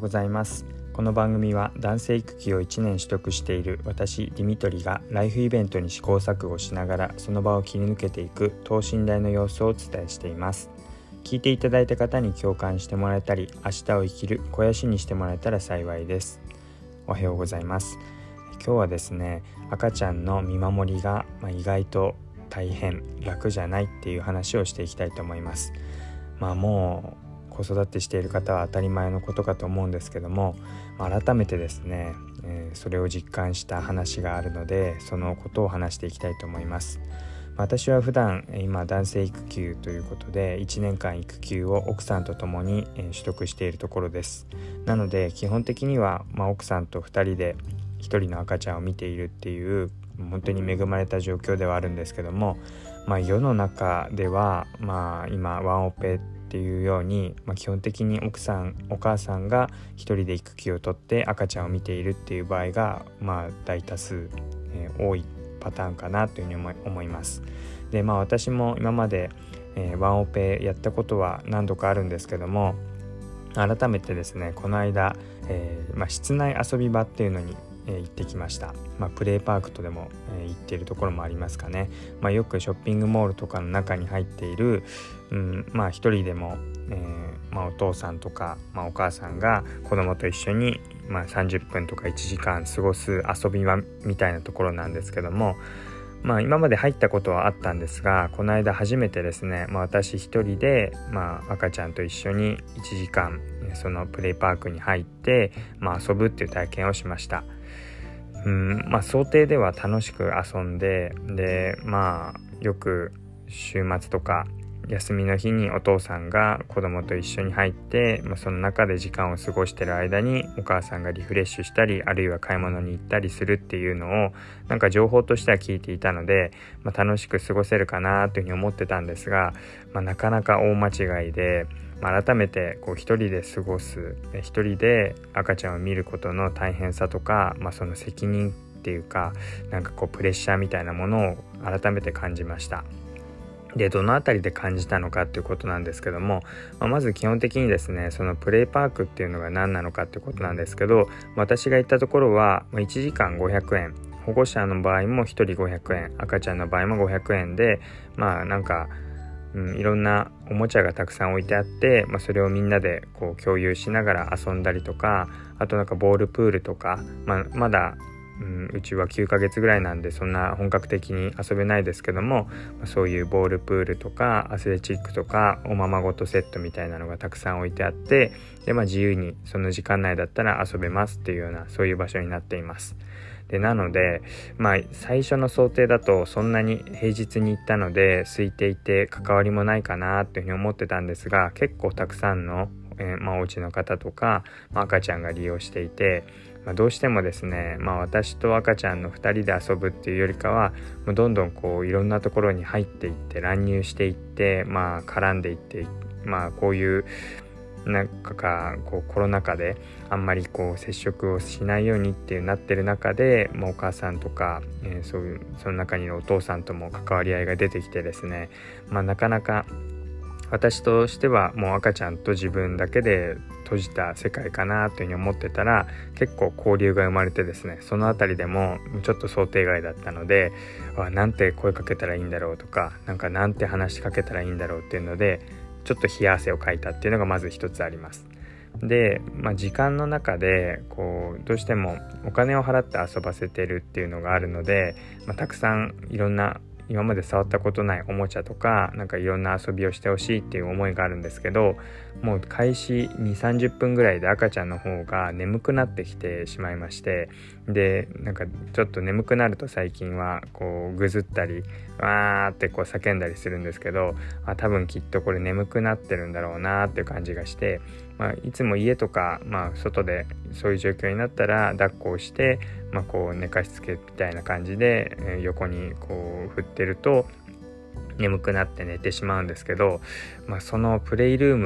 ございます。この番組は男性育休を1年取得している私ディミトリがライフイベントに試行錯誤しながらその場を切り抜けていく等身大の様子をお伝えしています。聞いていただいた方に共感してもらえたり、明日を生きる肥やしにしてもらえたら幸いです。おはようございます。今日はですね、赤ちゃんの見守りが、意外と大変楽じゃないっていう話をしていきたいと思います。もう子育てしている方は当たり前のことかと思うんですけども、改めてですね、それを実感した話があるので、そのことを話していきたいと思います。私は普段今男性育休ということで1年間育休を奥さんと共に取得しているところです。なので基本的には奥さんと2人で1人の赤ちゃんを見ているっていう本当に恵まれた状況ではあるんですけども、世の中では今ワンオペっていうように、基本的にお母さんが一人で育休を取って赤ちゃんを見ているっていう場合が大多数、多いパターンかなというふうに思います。で、私も今まで、ワンオペやったことは何度かあるんですけども、改めてですねこの間、室内遊び場っていうのに行ってきました。プレイパークとでも、行っているところもありますかね。よくショッピングモールとかの中に入っている、一人でも、お父さんとか、お母さんが子供と一緒に、30分とか1時間過ごす遊び場みたいなところなんですけども、今まで入ったことはあったんですが、この間初めてですね、私一人で、赤ちゃんと一緒に1時間そのプレイパークに入って、遊ぶっていう体験をしました。想定では楽しく遊んで、よく週末とか休みの日にお父さんが子供と一緒に入って、その中で時間を過ごしている間にお母さんがリフレッシュしたり、あるいは買い物に行ったりするっていうのを情報としては聞いていたので、楽しく過ごせるかなというふうに思ってたんですが、なかなか大間違いで、改めて一人で過ごす、一人で赤ちゃんを見ることの大変さとか、その責任っていうかプレッシャーみたいなものを改めて感じました。で、どのあたりで感じたのかっていうことなんですけども、まず基本的にですね、そのプレイパークっていうのが何なのかっていうことなんですけど、私が行ったところは1時間500円、保護者の場合も1人500円、赤ちゃんの場合も500円で、いろんなおもちゃがたくさん置いてあって、それをみんなで共有しながら遊んだりとか、あとボールプールとか、まだうちは9ヶ月ぐらいなんでそんな本格的に遊べないですけども、そういうボールプールとかアスレチックとかおままごとセットみたいなのがたくさん置いてあって、で、自由にその時間内だったら遊べますっていうような、そういう場所になっています。で、なので最初の想定だとそんなに平日に行ったので空いていて関わりもないかなっていうふうに思ってたんですが、結構たくさんのお家の方とか、赤ちゃんが利用していて、どうしてもですね、私と赤ちゃんの2人で遊ぶっていうよりかは、もうどんどんいろんなところに入っていって乱入していって、絡んでいって、こういうコロナ禍であんまり接触をしないようにってなってる中で、お母さんとか、その中にいるお父さんとも関わり合いが出てきてですね、なかなか私としてはもう赤ちゃんと自分だけで閉じた世界かなというふうに思ってたら、結構交流が生まれてですね、そのあたりでもちょっと想定外だったので、なんて声かけたらいいんだろうとか、なんて話しかけたらいいんだろうっていうので、ちょっと冷や汗をかいたっていうのがまず一つあります。で、時間の中でどうしてもお金を払って遊ばせてるっていうのがあるので、たくさんいろんな今まで触ったことないおもちゃとかいろんな遊びをしてほしいっていう思いがあるんですけど、もう開始 2,30 分ぐらいで赤ちゃんの方が眠くなってきてしまいまして、でちょっと眠くなると最近はぐずったりわーって叫んだりするんですけど、多分きっとこれ眠くなってるんだろうなっていう感じがして、いつも家とか、外でそういう状況になったら抱っこをして、寝かしつけみたいな感じで、横に振ってると眠くなって寝てしまうんですけど、そのプレイ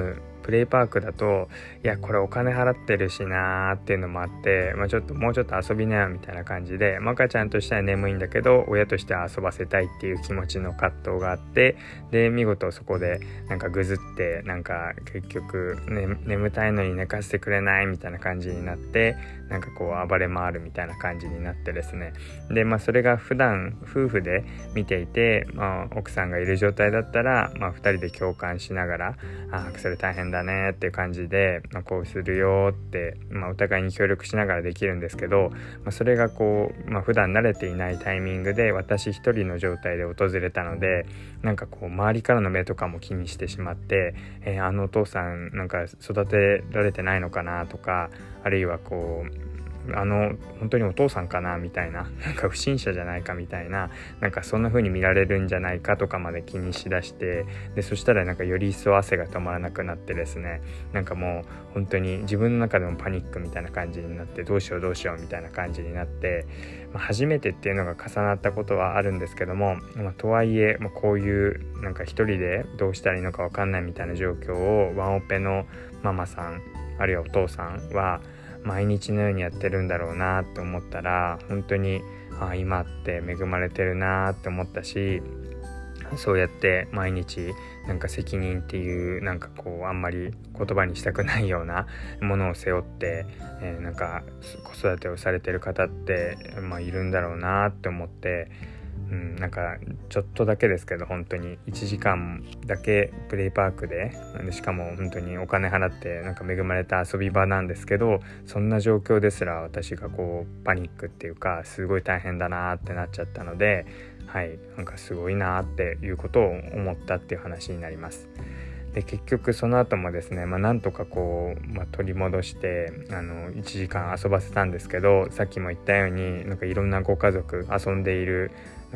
プレイパークだとこれお金払ってるしなーっていうのもあって、もうちょっと遊びなよみたいな感じで、赤ちゃんとしては眠いんだけど親としては遊ばせたいっていう気持ちの葛藤があって、で見事そこでぐずって結局、眠たいのに寝かせてくれないみたいな感じになって、暴れ回るみたいな感じになってですね、でそれが普段夫婦で見ていて、奥さんがいる状態だったら、2人で共感しながらそれ大変だねっていう感じで、こうするよって、お互いに協力しながらできるんですけど、それが普段慣れていないタイミングで私一人の状態で訪れたので、周りからの目とかも気にしてしまって、お父さん育てられてないのかなとか、あるいは本当にお父さんかなみたいな、不審者じゃないかみたいな、そんな風に見られるんじゃないかとかまで気にしだして、でそしたらより一層汗が止まらなくなってですね、もう本当に自分の中でもパニックみたいな感じになって、どうしようみたいな感じになって、初めてっていうのが重なったことはあるんですけども、とはいえ、こういう一人でどうしたらいいのか分かんないみたいな状況をワンオペのママさんあるいはお父さんは毎日のようにやってるんだろうなって思ったら、本当に今って恵まれてるなって思ったし、そうやって毎日責任っていうあんまり言葉にしたくないようなものを背負って、子育てをされてる方って、いるんだろうなって思って、ちょっとだけですけど本当に1時間だけプレイパークで、しかも本当にお金払って恵まれた遊び場なんですけど、そんな状況ですら私がパニックっていうかすごい大変だなってなっちゃったので、すごいなっていうことを思ったっていう話になります。で結局その後もですね、なんとか取り戻して1時間遊ばせたんですけど、さっきも言ったようにいろんなご家族遊んでいる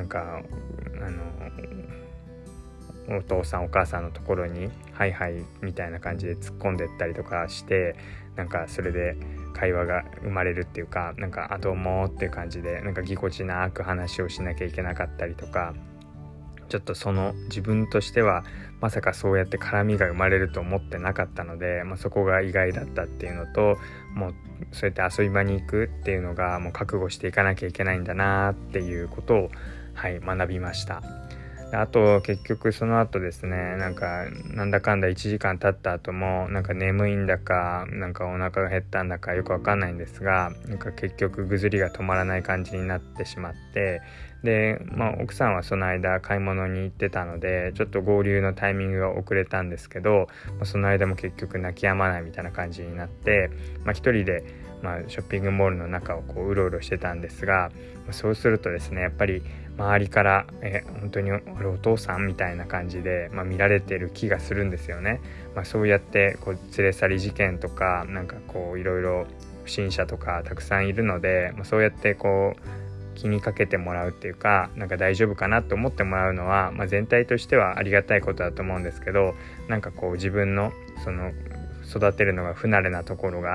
お父さんお母さんのところにはいはいみたいな感じで突っ込んでったりとかして、それで会話が生まれるっていうか、どうもっていう感じでぎこちなく話をしなきゃいけなかったりとか、ちょっと自分としてはまさかそうやって絡みが生まれると思ってなかったので、そこが意外だったっていうのと、もうそうやって遊び場に行くっていうのがもう覚悟していかなきゃいけないんだなっていうことを学びました。あと結局その後ですね、なんだかんだ1時間経った後も眠いんだかお腹が減ったんだかよくわかんないんですが、結局ぐずりが止まらない感じになってしまって、で、奥さんはその間買い物に行ってたのでちょっと合流のタイミングが遅れたんですけど、その間も結局泣き止まないみたいな感じになって、一人でショッピングモールの中をうろうろしてたんですが、そうするとですね、やっぱり周りから本当に俺お父さんみたいな感じで、見られてる気がするんですよね。そうやって連れ去り事件とかいろいろ不審者とかたくさんいるので、そうやって気にかけてもらうっていうか大丈夫かなと思ってもらうのは、全体としてはありがたいことだと思うんですけど、自分の育てるのが不慣れなところが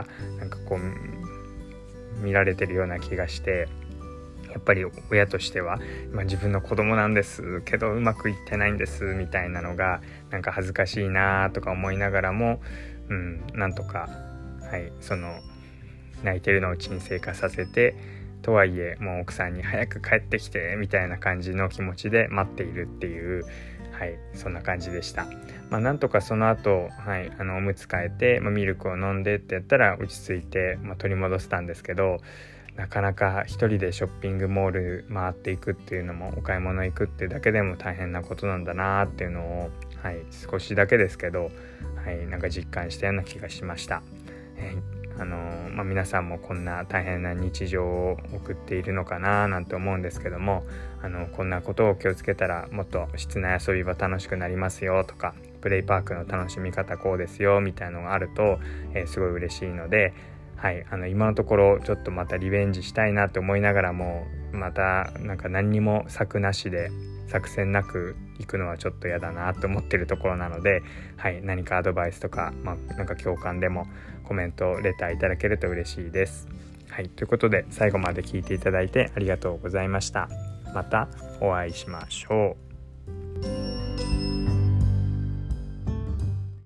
見られてるような気がして、やっぱり親としては、自分の子供なんですけどうまくいってないんですみたいなのが恥ずかしいなとか思いながらも、なんとか泣いてるのを沈静化させて、とはいえもう奥さんに早く帰ってきてみたいな感じの気持ちで待っているっていう、そんな感じでした。なんとかその後、おむつ替えて、ミルクを飲んでってやったら落ち着いて、取り戻したんですけど、なかなか一人でショッピングモール回っていくっていうのも、お買い物行くっていうだけでも大変なことなんだなっていうのを、少しだけですけど、実感したような気がしました。皆さんもこんな大変な日常を送っているのかななんて思うんですけども、こんなことを気をつけたらもっと室内遊び場楽しくなりますよとか、プレイパークの楽しみ方こうですよみたいなのがあると、すごい嬉しいので、今のところちょっとまたリベンジしたいなと思いながらも、また何にも策なしで作戦なく行くのはちょっと嫌だなと思ってるところなので、何かアドバイスとか、共感でもコメントレターいただけると嬉しいです。ということで最後まで聞いていただいてありがとうございました。またお会いしましょう。